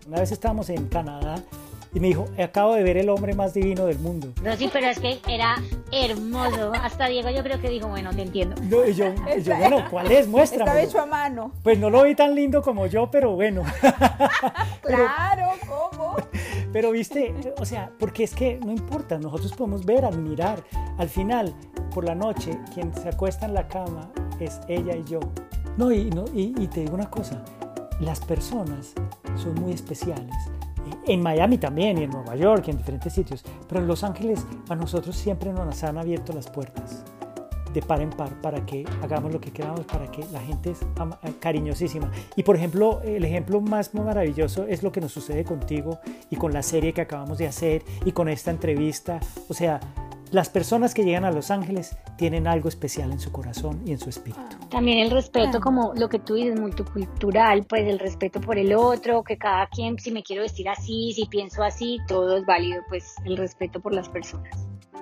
Una vez estábamos en Canadá y me dijo, acabo de ver el hombre más divino del mundo. No, sí, pero es que era hermoso. Hasta Diego yo creo que dijo, bueno, te entiendo. No, y yo, bueno, ¿cuál es? Muéstrame. Estaba hecho a mano. Pues no lo vi tan lindo como yo, pero bueno. Claro, ¿cómo? Pero viste, o sea, porque es que no importa, nosotros podemos ver, admirar. Al final, por la noche, quien se acuesta en la cama es ella y yo. Y te digo una cosa, las personas son muy especiales. En Miami también, y en Nueva York, y en diferentes sitios. Pero en Los Ángeles a nosotros siempre nos han abierto las puertas de par en par para que hagamos lo que queramos, para que la gente es cariñosísima. Y por ejemplo, el ejemplo más maravilloso es lo que nos sucede contigo y con la serie que acabamos de hacer y con esta entrevista. O sea, las personas que llegan a Los Ángeles tienen algo especial en su corazón y en su espíritu. También el respeto, como lo que tú dices, multicultural, pues el respeto por el otro, que cada quien, si me quiero vestir así, si pienso así, todo es válido, pues el respeto por las personas.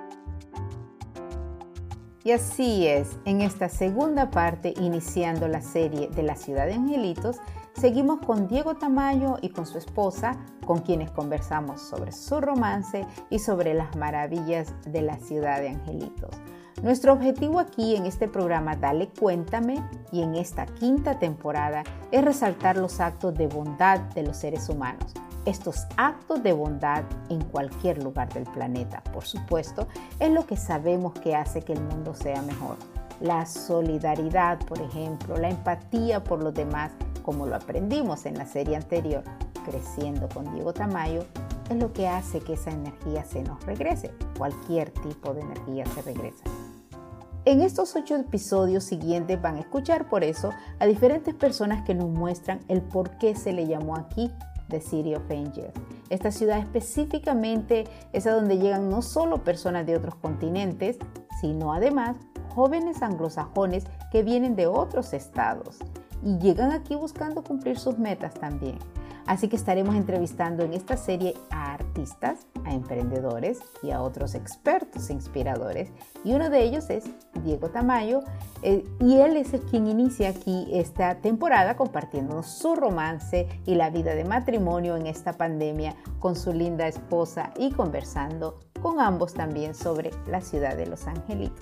Y así es, en esta segunda parte, iniciando la serie de la Ciudad de Angelitos, seguimos con Diego Tamayo y con su esposa, con quienes conversamos sobre su romance y sobre las maravillas de la Ciudad de Angelitos. Nuestro objetivo aquí en este programa Dale Cuéntame y en esta quinta temporada es resaltar los actos de bondad de los seres humanos. Estos actos de bondad en cualquier lugar del planeta, por supuesto, es lo que sabemos que hace que el mundo sea mejor. La solidaridad, por ejemplo, la empatía por los demás, como lo aprendimos en la serie anterior, Creciendo con Diego Tamayo, es lo que hace que esa energía se nos regrese. Cualquier tipo de energía se regresa. En estos 8 episodios siguientes van a escuchar por eso a diferentes personas que nos muestran el por qué se le llamó aquí The City of Angels. Esta ciudad específicamente es a donde llegan no solo personas de otros continentes, sino además jóvenes anglosajones que vienen de otros estados y llegan aquí buscando cumplir sus metas también. Así que estaremos entrevistando en esta serie a artistas, a emprendedores y a otros expertos e inspiradores. Y uno de ellos es Diego Tamayo, y él es el quien inicia aquí esta temporada compartiéndonos su romance y la vida de matrimonio en esta pandemia con su linda esposa y conversando con ambos también sobre la ciudad de Los Angelitos.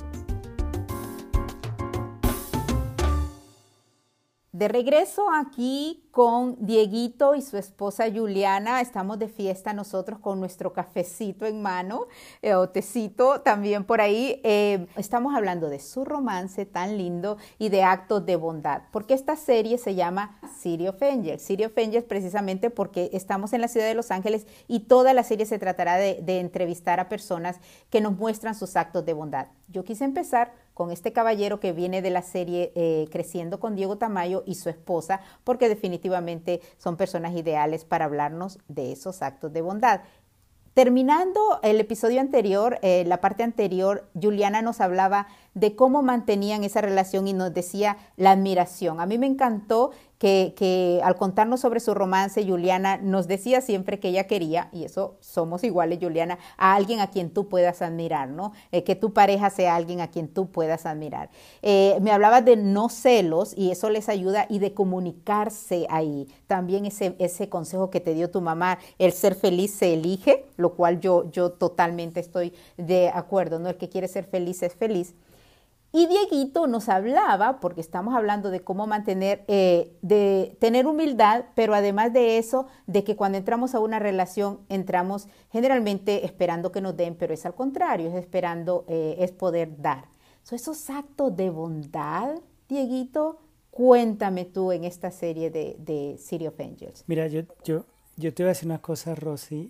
De regreso aquí con Dieguito y su esposa Juliana, estamos de fiesta nosotros con nuestro cafecito en mano, o tecito también por ahí. Estamos hablando de su romance tan lindo y de actos de bondad, porque esta serie se llama City of Angels. City of Angels precisamente porque estamos en la ciudad de Los Ángeles y toda la serie se tratará de entrevistar a personas que nos muestran sus actos de bondad. Yo quise empezar con este caballero que viene de la serie Creciendo con Diego Tamayo y su esposa, porque definitivamente son personas ideales para hablarnos de esos actos de bondad. Terminando el episodio anterior, la parte anterior, Juliana nos hablaba de cómo mantenían esa relación y nos decía la admiración. A mí me encantó que al contarnos sobre su romance, Juliana nos decía siempre que ella quería, y eso somos iguales, Juliana, a alguien a quien tú puedas admirar, ¿no? Que tu pareja sea alguien a quien tú puedas admirar. Me hablaba de no celos y eso les ayuda y de comunicarse ahí. También ese consejo que te dio tu mamá, el ser feliz se elige, lo cual yo totalmente estoy de acuerdo, ¿no? El que quiere ser feliz es feliz. Y Dieguito nos hablaba, porque estamos hablando de cómo mantener, de tener humildad, pero además de eso, de que cuando entramos a una relación, entramos generalmente esperando que nos den, pero es al contrario, es esperando, es poder dar. Esos actos de bondad, Dieguito, cuéntame tú en esta serie de City of Angels. Mira, yo te voy a decir una cosa, Rosy,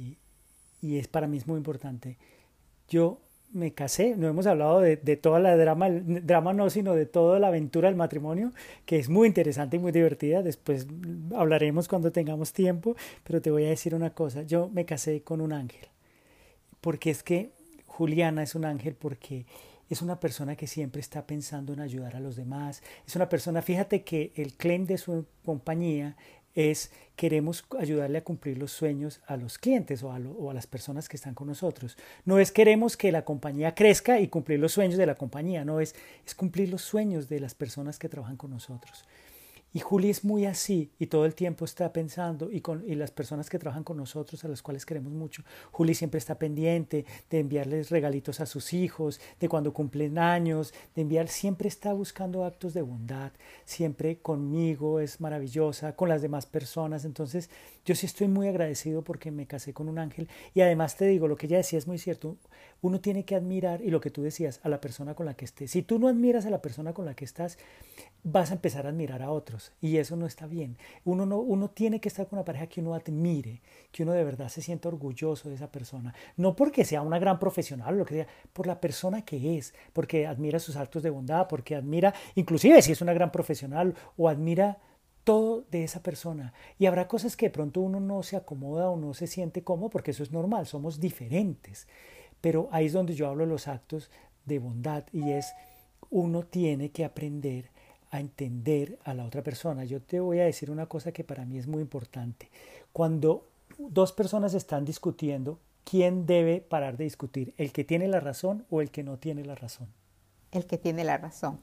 y es para mí es muy importante. Yo me casé, no hemos hablado de toda la drama no, sino de toda la aventura del matrimonio, que es muy interesante y muy divertida. Después hablaremos cuando tengamos tiempo, pero te voy a decir una cosa, yo me casé con un ángel, porque es que Juliana es un ángel, porque es una persona que siempre está pensando en ayudar a los demás, es una persona, fíjate que el claim de su compañía es queremos ayudarle a cumplir los sueños a los clientes o a las personas que están con nosotros. No es queremos que la compañía crezca y cumplir los sueños de la compañía, no es cumplir los sueños de las personas que trabajan con nosotros. Y Juli es muy así y todo el tiempo está pensando y las personas que trabajan con nosotros, a las cuales queremos mucho, Juli siempre está pendiente de enviarles regalitos a sus hijos, de cuando cumplen años, siempre está buscando actos de bondad, siempre conmigo es maravillosa, con las demás personas. Entonces yo sí estoy muy agradecido porque me casé con un ángel y además te digo, lo que ella decía es muy cierto, uno tiene que admirar, y lo que tú decías, a la persona con la que estés. Si tú no admiras a la persona con la que estás, vas a empezar a admirar a otros y eso no está bien. Uno tiene que estar con una pareja que uno admire, que uno de verdad se sienta orgulloso de esa persona, no porque sea una gran profesional o lo que sea, por la persona que es, porque admira sus actos de bondad, porque admira, inclusive si es una gran profesional, o admira todo de esa persona. Y habrá cosas que de pronto uno no se acomoda o no se siente cómodo, porque eso es normal, somos diferentes, pero ahí es donde yo hablo de los actos de bondad, y es, uno tiene que aprender a entender a la otra persona. Yo te voy a decir una cosa que para mí es muy importante. Cuando dos personas están discutiendo, ¿quién debe parar de discutir? ¿El que tiene la razón o el que no tiene la razón? El que tiene la razón.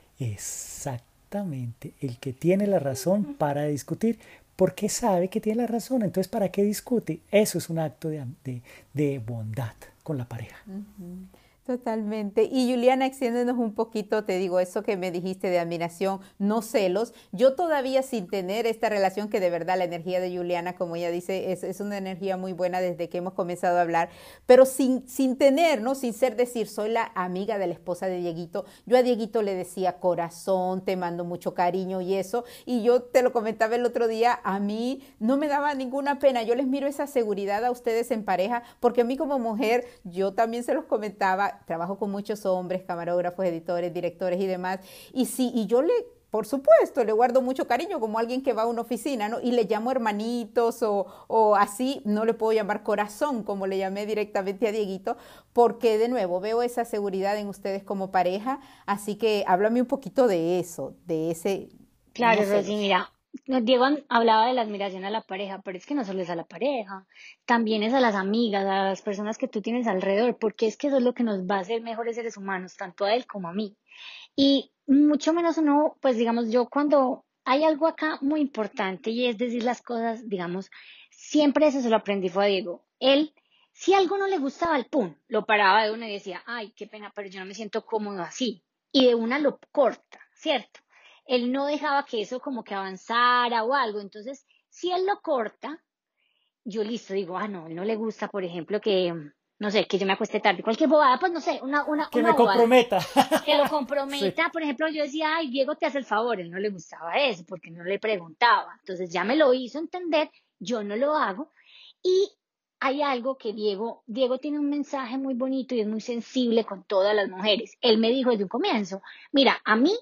Exactamente, el que tiene la razón para de discutir, porque sabe que tiene la razón. Entonces, ¿para qué discute? Eso es un acto de bondad con la pareja. Totalmente. Y Juliana, extiéndenos un poquito, te digo, eso que me dijiste de admiración, no celos. Yo todavía sin tener esta relación, que de verdad la energía de Juliana, como ella dice, es una energía muy buena desde que hemos comenzado a hablar, pero sin tener, ¿no? Sin ser decir, soy la amiga de la esposa de Dieguito. Yo a Dieguito le decía, corazón, te mando mucho cariño y eso. Y yo te lo comentaba el otro día, a mí no me daba ninguna pena. Yo les miro esa seguridad a ustedes en pareja, porque a mí como mujer, yo también se los comentaba, trabajo con muchos hombres, camarógrafos, editores, directores y demás, y yo por supuesto, le guardo mucho cariño como alguien que va a una oficina, ¿no? Y le llamo hermanitos o así, no le puedo llamar corazón como le llamé directamente a Dieguito, porque de nuevo veo esa seguridad en ustedes como pareja, así que háblame un poquito de eso, de ese... Claro, no sé. Rosy, mira, Diego hablaba de la admiración a la pareja, pero es que no solo es a la pareja, también es a las amigas, a las personas que tú tienes alrededor, porque es que eso es lo que nos va a hacer mejores seres humanos, tanto a él como a mí. Y mucho menos uno, pues digamos, yo cuando hay algo acá muy importante y es decir las cosas, digamos, siempre eso se lo aprendí fue a Diego. Él, si algo no le gustaba, el pum, lo paraba de una y decía, ay, qué pena, pero yo no me siento cómodo así. Y de una lo corta, ¿cierto? Él no dejaba que eso como que avanzara o algo. Entonces, si él lo corta, yo listo, digo, ah, no, él no le gusta, por ejemplo, que, no sé, que yo me acueste tarde, cualquier bobada, pues no sé, Que una me bobada. comprometa. Que lo Sí. comprometa, por ejemplo, yo decía, ay, Diego te hace el favor, él no le gustaba eso, porque no le preguntaba. Entonces ya me lo hizo entender, yo no lo hago. Y hay algo que Diego tiene un mensaje muy bonito y es muy sensible con todas las mujeres. Él me dijo desde un comienzo, mira, a mí,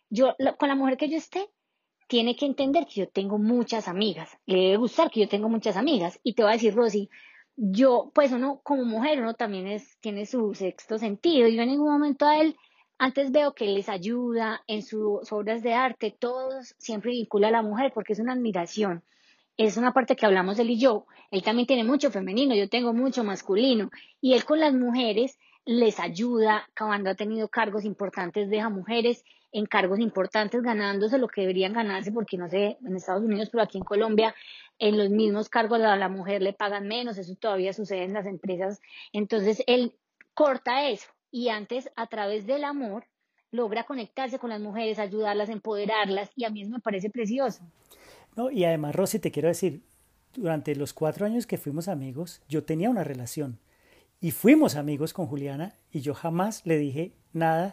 con la mujer que yo esté, tiene que entender que yo tengo muchas amigas, le debe gustar que yo tengo muchas amigas. Y te voy a decir, Rosy, yo, pues uno como mujer, uno también tiene su sexto sentido. Yo en ningún momento a él, antes veo que él les ayuda en sus obras de arte, todos siempre vincula a la mujer porque es una admiración. Es una parte que hablamos él y yo. Él también tiene mucho femenino, yo tengo mucho masculino. Y él con las mujeres les ayuda, cuando ha tenido cargos importantes, deja mujeres en cargos importantes ganándose lo que deberían ganarse, porque no sé, en Estados Unidos, pero aquí en Colombia, en los mismos cargos a la mujer le pagan menos, eso todavía sucede en las empresas. Entonces él corta eso y antes a través del amor logra conectarse con las mujeres, ayudarlas, empoderarlas, y a mí eso me parece precioso. No, y además, Rosy, te quiero decir, durante los 4 años que fuimos amigos, yo tenía una relación y fuimos amigos con Juliana y yo jamás le dije nada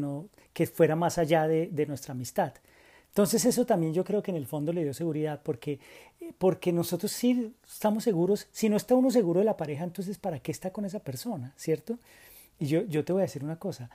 que fuera más allá de nuestra amistad. Entonces eso también yo creo que en el fondo le dio seguridad porque nosotros sí estamos seguros. Si no está uno seguro de la pareja, entonces ¿para qué está con esa persona? ¿Cierto? Y yo te voy a decir una cosa.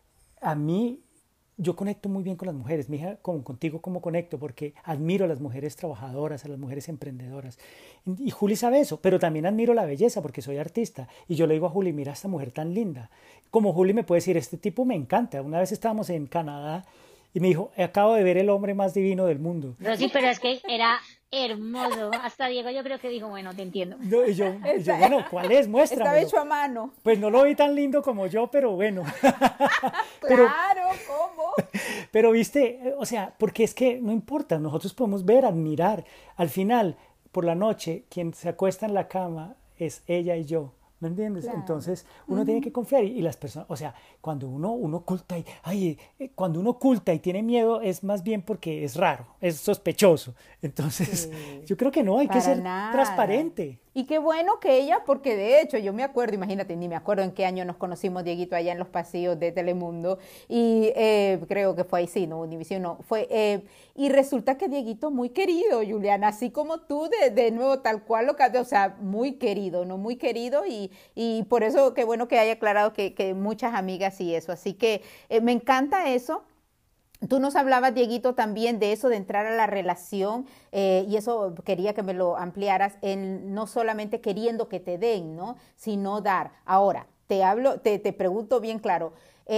A mí, yo conecto muy bien con las mujeres, mi hija, contigo cómo conecto, porque admiro a las mujeres trabajadoras, a las mujeres emprendedoras. Y Juli sabe eso, pero también admiro la belleza porque soy artista. Y yo le digo a Juli, mira esta mujer tan linda. Como Juli me puede decir, este tipo me encanta. Una vez estábamos en Canadá y me dijo, acabo de ver el hombre más divino del mundo. Rosy, pero es que era hermoso. Hasta Diego yo creo que dijo, bueno, te entiendo. No, y yo, bueno, ¿cuál es? Muéstramelo. Estaba hecho a mano. Pues no lo vi tan lindo como yo, pero bueno. Claro, ¿cómo? Pero viste, o sea, porque es que no importa, nosotros podemos ver, admirar. Al final, por la noche, quien se acuesta en la cama es ella y yo. ¿Me entiendes? Claro. Entonces uno tiene que confiar y las personas, o sea, cuando uno oculta y, ay, cuando uno oculta y tiene miedo es más bien porque es raro, es sospechoso. Entonces Sí. yo creo que no, hay que Para ser nada. transparente. Y qué bueno que ella, porque de hecho yo me acuerdo, imagínate, ni me acuerdo en qué año nos conocimos, Dieguito, allá en los pasillos de Telemundo, y creo que fue ahí, sí, no, Univision no, fue, y resulta que Dieguito muy querido, Juliana, así como tú, de nuevo, tal cual, o sea, muy querido, ¿no? Muy querido, y por eso qué bueno que haya aclarado que muchas amigas y eso, así que me encanta eso. Tú nos hablabas, Dieguito, también de eso, de entrar a la relación, y eso quería que me lo ampliaras, en no solamente queriendo que te den, ¿no? Sino dar. Ahora, te pregunto bien claro,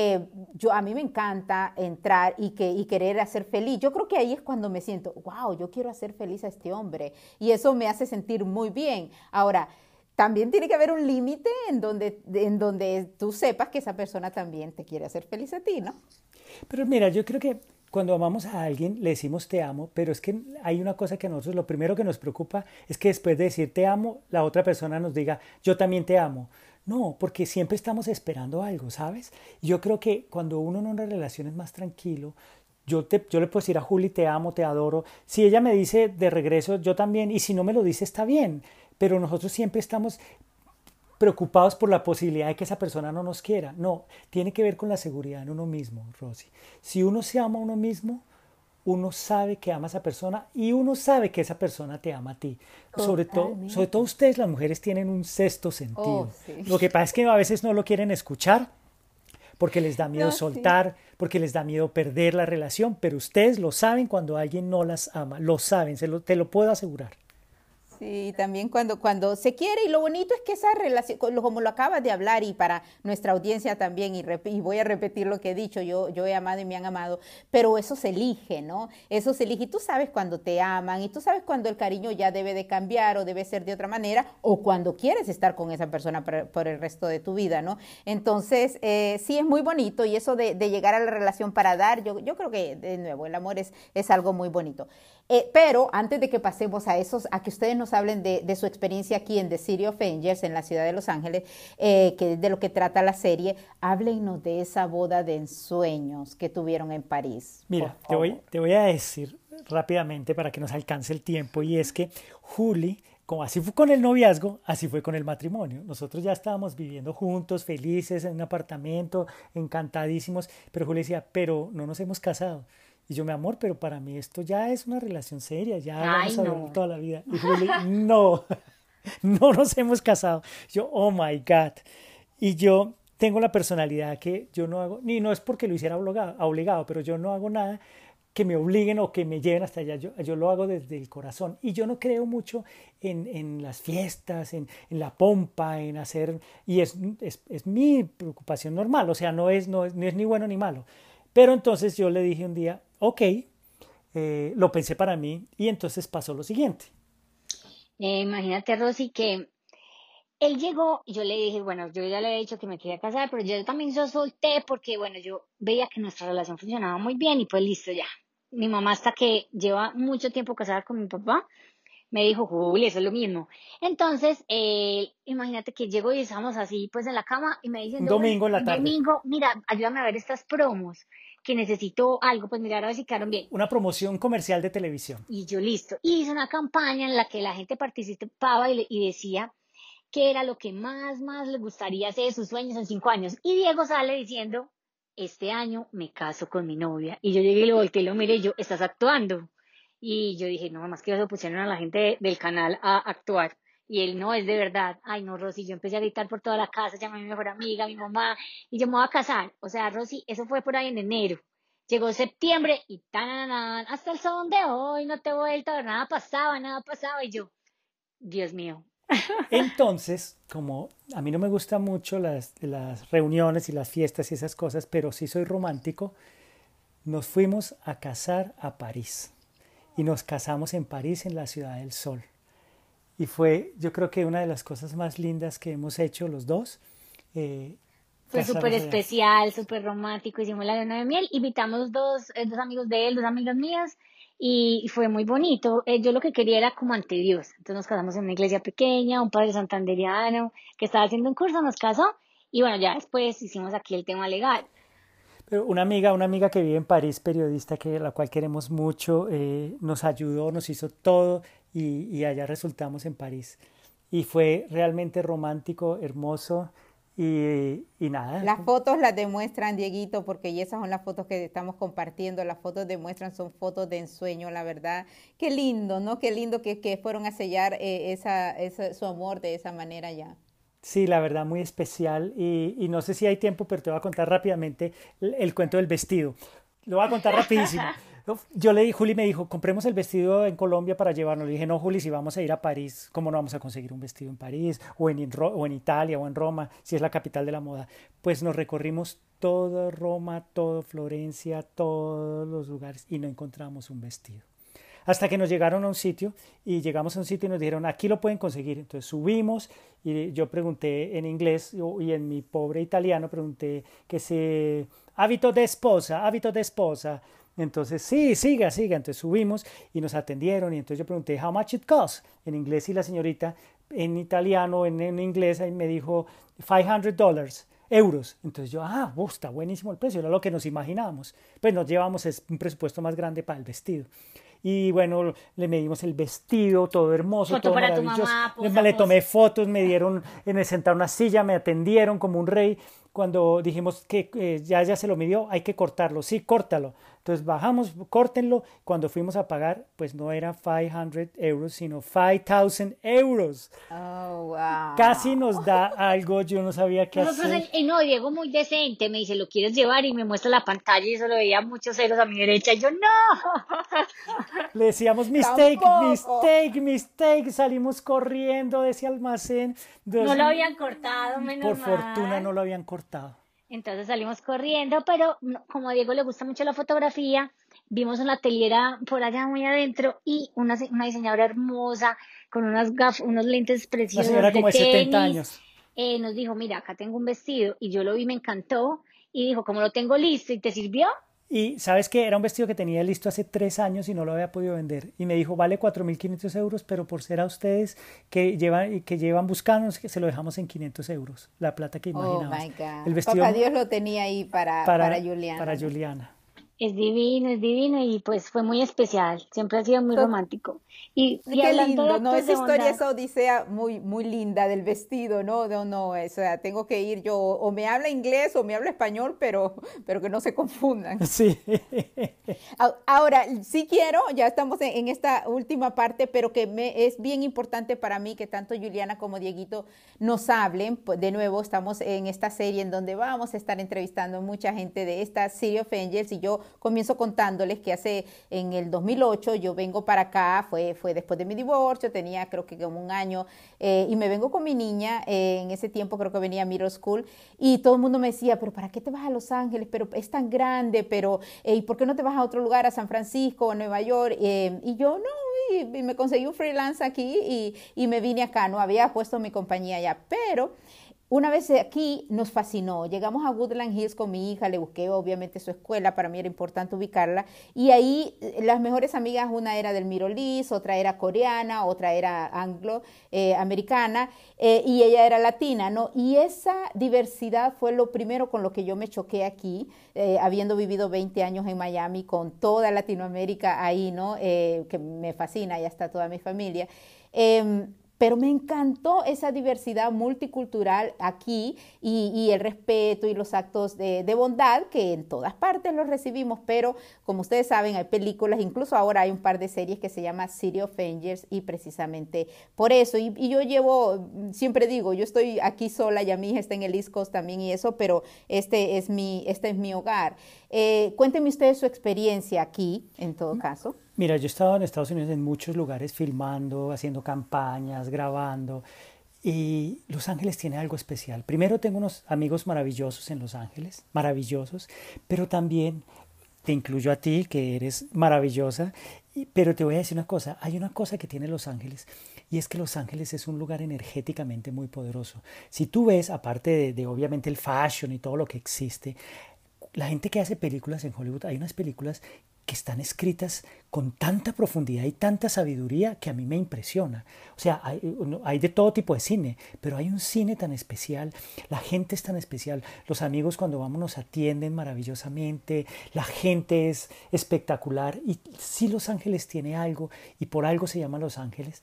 a mí me encanta entrar y querer hacer feliz. Yo creo que ahí es cuando me siento, wow, yo quiero hacer feliz a este hombre, y eso me hace sentir muy bien. Ahora, también tiene que haber un límite en donde tú sepas que esa persona también te quiere hacer feliz a ti, ¿no? Pero mira, yo creo que cuando amamos a alguien le decimos te amo, pero es que hay una cosa que a nosotros lo primero que nos preocupa es que después de decir te amo, la otra persona nos diga yo también te amo. No, porque siempre estamos esperando algo, ¿sabes? Y yo creo que cuando uno en una relación es más tranquilo, yo le puedo decir a Juli te amo, te adoro. Si ella me dice de regreso, yo también, y si no me lo dice, está bien. Pero nosotros siempre estamos preocupados por la posibilidad de que esa persona no nos quiera. No, tiene que ver con la seguridad en uno mismo, Rosy. Si uno se ama a uno mismo, uno sabe que ama a esa persona y uno sabe que esa persona te ama a ti. Sobre todo Totalmente. ustedes, las mujeres, tienen un sexto Oh, sentido. sí. Lo que pasa es que a veces no lo quieren escuchar porque les da miedo No, sí. soltar, porque les da miedo perder la relación, pero ustedes lo saben cuando alguien no las ama, lo saben, te lo puedo asegurar. Sí, también cuando se quiere, y lo bonito es que esa relación, como lo acabas de hablar, y para nuestra audiencia también, y voy a repetir lo que he dicho, yo he amado y me han amado, pero eso se elige, ¿no? Eso se elige, y tú sabes cuando te aman, y tú sabes cuando el cariño ya debe de cambiar o debe ser de otra manera, o cuando quieres estar con esa persona por el resto de tu vida, ¿no? Entonces, sí es muy bonito, y eso de llegar a la relación para dar, yo creo que, de nuevo, el amor es algo muy bonito. Pero antes de que pasemos a que ustedes nos hablen de su experiencia aquí en The City of Angels, en la ciudad de Los Ángeles, que es de lo que trata la serie, háblenos de esa boda de ensueños que tuvieron en París, por Mira, favor. te voy a decir rápidamente para que nos alcance el tiempo y es que Juli, como así fue con el noviazgo, así fue con el matrimonio. Nosotros ya estábamos viviendo juntos, felices, en un apartamento, encantadísimos, pero Juli decía, pero no nos hemos casado. Y yo, mi amor, pero para mí esto ya es una relación seria, ya Ay, vamos a durar no. toda la vida. Y Juli, no, no nos hemos casado. Yo, oh my God. Y yo tengo la personalidad que yo no hago, ni no es porque lo hiciera obligado, pero yo no hago nada que me obliguen o que me lleven hasta allá. Yo lo hago desde el corazón. Y yo no creo mucho en las fiestas, en la pompa, en hacer... Y es mi preocupación normal, o sea, no es ni bueno ni malo. Pero entonces yo le dije un día, ok, lo pensé para mí y entonces pasó lo siguiente. Imagínate, Rosy, que él llegó y yo le dije, bueno, yo ya le había dicho que me quería casar, pero yo también yo solté porque, bueno, yo veía que nuestra relación funcionaba muy bien y pues listo ya. Mi mamá hasta que lleva mucho tiempo casada con mi papá, me dijo, Juli, eso es lo mismo. Entonces, imagínate que llego y estamos así, pues en la cama y me Un diciendo, bueno, domingo en la el tarde, domingo, mira, ayúdame a ver estas promos, que necesito algo, pues mirar a ver si quedaron bien. una promoción comercial de televisión. Y yo listo. Hice una campaña en la que la gente participaba y decía qué era lo que más le gustaría hacer de sus sueños en 5 años. Y Diego sale diciendo, este año me caso con mi novia. Y yo llegué y lo volteé y lo miré y yo, ¿estás actuando? Y yo dije, no, más que eso pusieron a la gente del canal a actuar. Y él, no, es de verdad. Ay, no, Rosy, yo empecé a gritar por toda la casa, llamé a mi mejor amiga, a mi mamá, y yo me voy a casar. O sea, Rosy, eso fue por ahí en enero. Llegó septiembre y tan, hasta el son de hoy no te he vuelto a ver, nada pasaba. Y yo, Dios mío. Entonces, como a mí no me gustan mucho las reuniones y las fiestas y esas cosas, pero sí soy romántico, nos fuimos a casar a París. Y nos casamos en París, en la Ciudad del Sol. Y fue, yo creo que una de las cosas más lindas que hemos hecho los dos. Eh, Fue Casa súper Real. especial, súper romántico. Hicimos la luna de miel, invitamos dos amigos de él, dos amigas mías, y fue muy bonito. Yo lo que quería era como ante Dios. Entonces nos casamos en una iglesia pequeña, un padre santanderiano que estaba haciendo un curso nos casó, y bueno, ya después hicimos aquí el tema legal. Pero una amiga que vive en París, periodista, que la cual queremos mucho, nos ayudó, nos hizo todo y allá resultamos en París. Y fue realmente romántico, hermoso y nada. Las fotos las demuestran, Dieguito, porque y esas son las fotos que estamos compartiendo. Las fotos demuestran, son fotos de ensueño, la verdad. Qué lindo, ¿no? Qué lindo que fueron a sellar su amor de esa manera ya. Sí, la verdad, muy especial. Y no sé si hay tiempo, pero te voy a contar rápidamente el cuento del vestido. Lo voy a contar rapidísimo. Yo le di, Juli me dijo, compremos el vestido en Colombia para llevarnos. Le dije, no, Juli, si vamos a ir a París, ¿cómo no vamos a conseguir un vestido en París? O en Italia, o en Roma, si es la capital de la moda. Pues nos recorrimos todo Roma, todo Florencia, todos los lugares y no encontramos un vestido. Hasta que nos llegaron a un sitio y llegamos a un sitio y nos dijeron, aquí lo pueden conseguir. Entonces subimos y yo pregunté en inglés y en mi pobre italiano pregunté que si hábito de esposa, hábito de esposa. Entonces, sí, siga, siga. Entonces subimos y nos atendieron y entonces yo pregunté, how much it costs? En inglés y la señorita en italiano, en inglés, ahí me dijo $500. Euros. Entonces yo, está buenísimo el precio, era lo que nos imaginábamos. Pues nos llevamos un presupuesto más grande para el vestido. Y bueno, le medimos el vestido, todo hermoso, Foto todo para tu maravilloso. mamá, posa, Le tomé posa. fotos, me sentaron en una silla, me atendieron como un rey. Cuando dijimos que ya se lo midió, hay que cortarlo. Sí, córtalo. Entonces bajamos, córtenlo. Cuando fuimos a pagar, pues no era 500 euros, sino 5,000 euros. Oh, wow. Casi nos da algo, yo no sabía qué Nosotros, hacer. no, Diego muy decente, me dice, ¿lo quieres llevar? Y me muestra la pantalla y eso lo veía muchos ceros a mi derecha. Y yo, no. Le decíamos mistake, Tampoco. mistake, mistake. Salimos corriendo de ese almacén. No lo habían cortado, menos Por fortuna mal. no lo habían cortado. Entonces salimos corriendo, pero como a Diego le gusta mucho la fotografía, vimos una teliera por allá muy adentro y una diseñadora hermosa con unos lentes Una preciosos señora de como de 70 tenis. años. Nos dijo, mira, acá tengo un vestido y yo lo vi, me encantó y dijo, ¿cómo lo tengo listo? ¿Y te sirvió? Y sabes que era un vestido que tenía listo hace 3 años y no lo había podido vender. Y me dijo, vale 4.500 euros, pero por ser a ustedes que llevan buscándonos, que se lo dejamos en 500 euros. La plata que Oh, imaginabas. my God. El vestido Papá Dios lo tenía ahí para Juliana. para Juliana. Es divino y pues fue muy especial, siempre ha sido muy To- romántico. Y Qué hablando de lindo, ¿no? actos Esa de historia, bondad, esa odisea muy, muy linda del vestido, ¿no? No, no, o sea, tengo que ir yo, o me habla inglés o me habla español, pero que no se confundan. Sí. Ahora, sí quiero, ya estamos en esta última parte, pero es bien importante para mí que tanto Juliana como Dieguito nos hablen. Pues, de nuevo, estamos en esta serie en donde vamos a estar entrevistando mucha gente de esta City of Angels y yo comienzo contándoles que en el 2008 yo vengo para acá, fue después de mi divorcio, tenía creo que como un año, y me vengo con mi niña, en ese tiempo creo que venía a middle school, y todo el mundo me decía, pero ¿para qué te vas a Los Ángeles? Pero es tan grande, pero ¿y por qué no te vas a otro lugar, a San Francisco, a Nueva York? Y yo no, y me conseguí un freelance aquí y me vine acá, no había puesto mi compañía allá, pero una vez aquí nos fascinó, llegamos a Woodland Hills con mi hija, le busqué obviamente su escuela, para mí era importante ubicarla, y ahí las mejores amigas, una era del Middle East, otra era coreana, otra era anglo-americana, y ella era latina, ¿no? Y esa diversidad fue lo primero con lo que yo me choqué aquí, habiendo vivido 20 años en Miami, con toda Latinoamérica ahí, ¿no? Que me fascina, ya está toda mi familia. Pero me encantó esa diversidad multicultural aquí y el respeto y los actos de bondad que en todas partes los recibimos, pero como ustedes saben hay películas, incluso ahora hay un par de series que se llama City of Angels y precisamente por eso, y yo siempre digo, yo estoy aquí sola, ya mi hija está en el East Coast también y eso, pero este es mi hogar. Cuéntenme ustedes su experiencia aquí, en todo caso. Mira, yo he estado en Estados Unidos en muchos lugares filmando, haciendo campañas, grabando. Y Los Ángeles tiene algo especial. Primero tengo unos amigos maravillosos en Los Ángeles, maravillosos, pero también te incluyo a ti, que eres maravillosa. Pero te voy a decir una cosa, hay una cosa que tiene Los Ángeles y es que Los Ángeles es un lugar energéticamente muy poderoso. Si tú ves, aparte de obviamente el fashion y todo lo que existe, la gente que hace películas en Hollywood, hay unas películas que están escritas con tanta profundidad y tanta sabiduría que a mí me impresiona. O sea, hay de todo tipo de cine, pero hay un cine tan especial, la gente es tan especial, los amigos cuando vamos nos atienden maravillosamente, la gente es espectacular y sí, Los Ángeles tiene algo y por algo se llama Los Ángeles.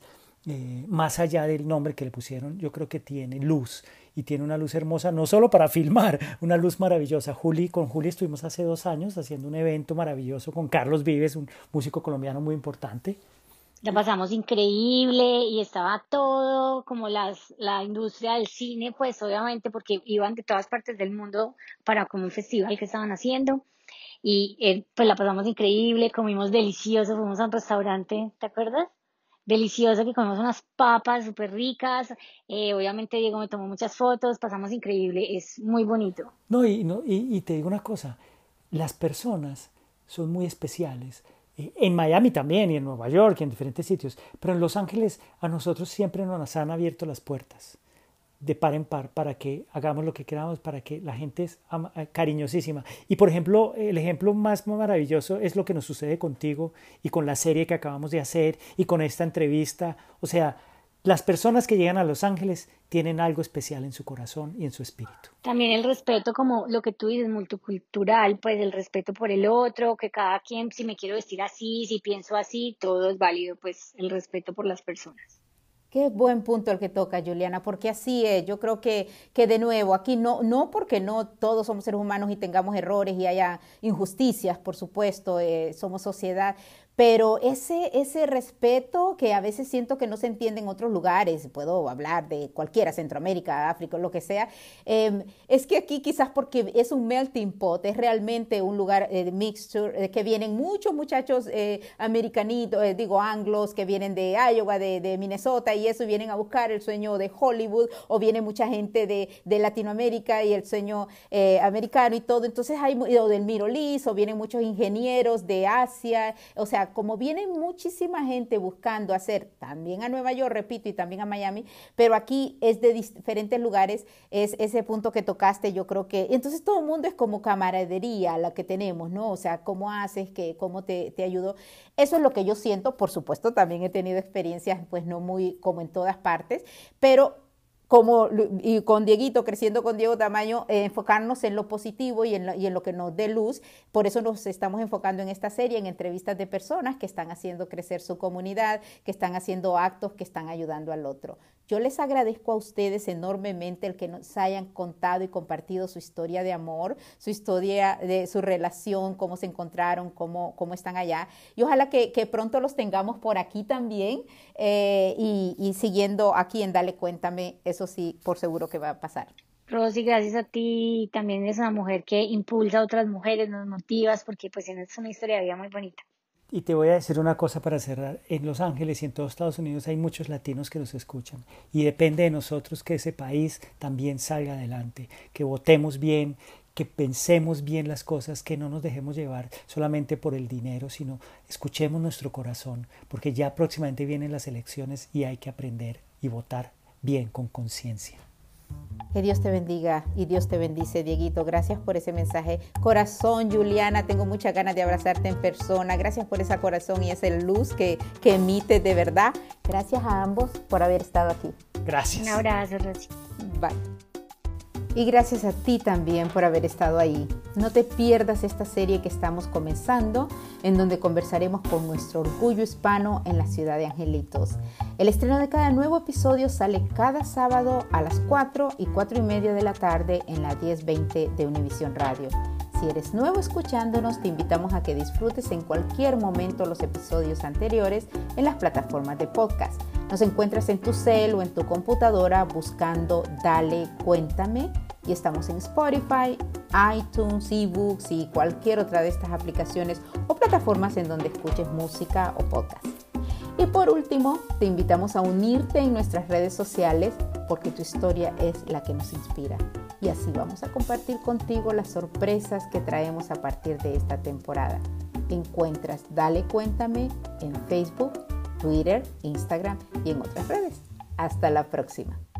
Más allá del nombre que le pusieron, yo creo que tiene luz y tiene una luz hermosa, no solo para filmar, una luz maravillosa. Con Juli estuvimos hace 2 años haciendo un evento maravilloso con Carlos Vives, un músico colombiano muy importante. La pasamos increíble y estaba todo como la industria del cine, pues obviamente porque iban de todas partes del mundo para como un festival que estaban haciendo y pues la pasamos increíble, comimos delicioso, fuimos a un restaurante, ¿te acuerdas? Delicioso, que comimos unas papas súper ricas, obviamente Diego me tomó muchas fotos, pasamos increíble, es muy bonito. No, y te digo una cosa, las personas son muy especiales. En Miami también, y en Nueva York, y en diferentes sitios, pero en Los Ángeles a nosotros siempre nos han abierto las puertas de par en par para que hagamos lo que queramos, para que la gente es cariñosísima. Y por ejemplo, el ejemplo más maravilloso es lo que nos sucede contigo y con la serie que acabamos de hacer y con esta entrevista. O sea, las personas que llegan a Los Ángeles tienen algo especial en su corazón y en su espíritu. También el respeto, como lo que tú dices, multicultural, pues el respeto por el otro, que cada quien, si me quiero vestir así, si pienso así, todo es válido, pues el respeto por las personas. Qué buen punto el que toca, Juliana, porque así es. Yo creo que de nuevo, aquí no porque no todos somos seres humanos y tengamos errores y haya injusticias, por supuesto, somos sociedad, pero ese respeto que a veces siento que no se entiende en otros lugares, puedo hablar de cualquiera, Centroamérica, África, lo que sea, es que aquí quizás porque es un melting pot, es realmente un lugar de mixture, que vienen muchos muchachos americanitos, anglos, que vienen de Iowa, de Minnesota y eso, y vienen a buscar el sueño de Hollywood, o viene mucha gente de Latinoamérica y el sueño americano y todo, entonces o del Middle East, o vienen muchos ingenieros de Asia, o sea, como viene muchísima gente buscando hacer, también a Nueva York, repito, y también a Miami, pero aquí es de diferentes lugares, es ese punto que tocaste, yo creo que, entonces todo el mundo es como camaradería la que tenemos, ¿no? O sea, ¿cómo haces? ¿Cómo te ayudo? Eso es lo que yo siento, por supuesto, también he tenido experiencias, pues no muy como en todas partes, pero y con Dieguito, creciendo con Diego Tamayo, enfocarnos en lo positivo y en lo que nos dé luz. Por eso nos estamos enfocando en esta serie, en entrevistas de personas que están haciendo crecer su comunidad, que están haciendo actos, que están ayudando al otro. Yo les agradezco a ustedes enormemente el que nos hayan contado y compartido su historia de amor, su historia de su relación, cómo se encontraron, cómo están allá. Y ojalá que pronto los tengamos por aquí también y siguiendo aquí en Dale Cuéntame, eso sí, por seguro que va a pasar. Rosy, gracias a ti, también eres una mujer que impulsa a otras mujeres, nos motivas, porque pues es una historia de vida muy bonita. Y te voy a decir una cosa para cerrar. En Los Ángeles y en todos Estados Unidos hay muchos latinos que nos escuchan. Y depende de nosotros que ese país también salga adelante, que votemos bien, que pensemos bien las cosas, que no nos dejemos llevar solamente por el dinero, sino escuchemos nuestro corazón, porque ya próximamente vienen las elecciones y hay que aprender y votar bien, con conciencia. Que Dios te bendiga y Dios te bendice, Dieguito. Gracias por ese mensaje. Corazón, Juliana, tengo muchas ganas de abrazarte en persona. Gracias por esa corazón y esa luz que emite de verdad. Gracias a ambos por haber estado aquí. Gracias. Un abrazo, Rosy. Bye. Y gracias a ti también por haber estado ahí. No te pierdas esta serie que estamos comenzando, en donde conversaremos con nuestro orgullo hispano en la ciudad de Angelitos. El estreno de cada nuevo episodio sale cada sábado a las 4 y 4:30 de la tarde en la 1020 de Univisión Radio. Si eres nuevo escuchándonos, te invitamos a que disfrutes en cualquier momento los episodios anteriores en las plataformas de podcast. Nos encuentras en tu cel o en tu computadora buscando Dale Cuéntame y estamos en Spotify, iTunes, eBooks y cualquier otra de estas aplicaciones o plataformas en donde escuches música o podcast. Y por último, te invitamos a unirte en nuestras redes sociales porque tu historia es la que nos inspira. Y así vamos a compartir contigo las sorpresas que traemos a partir de esta temporada. Encuentras Dale Cuéntame en Facebook, Twitter, Instagram y en otras redes. Hasta la próxima.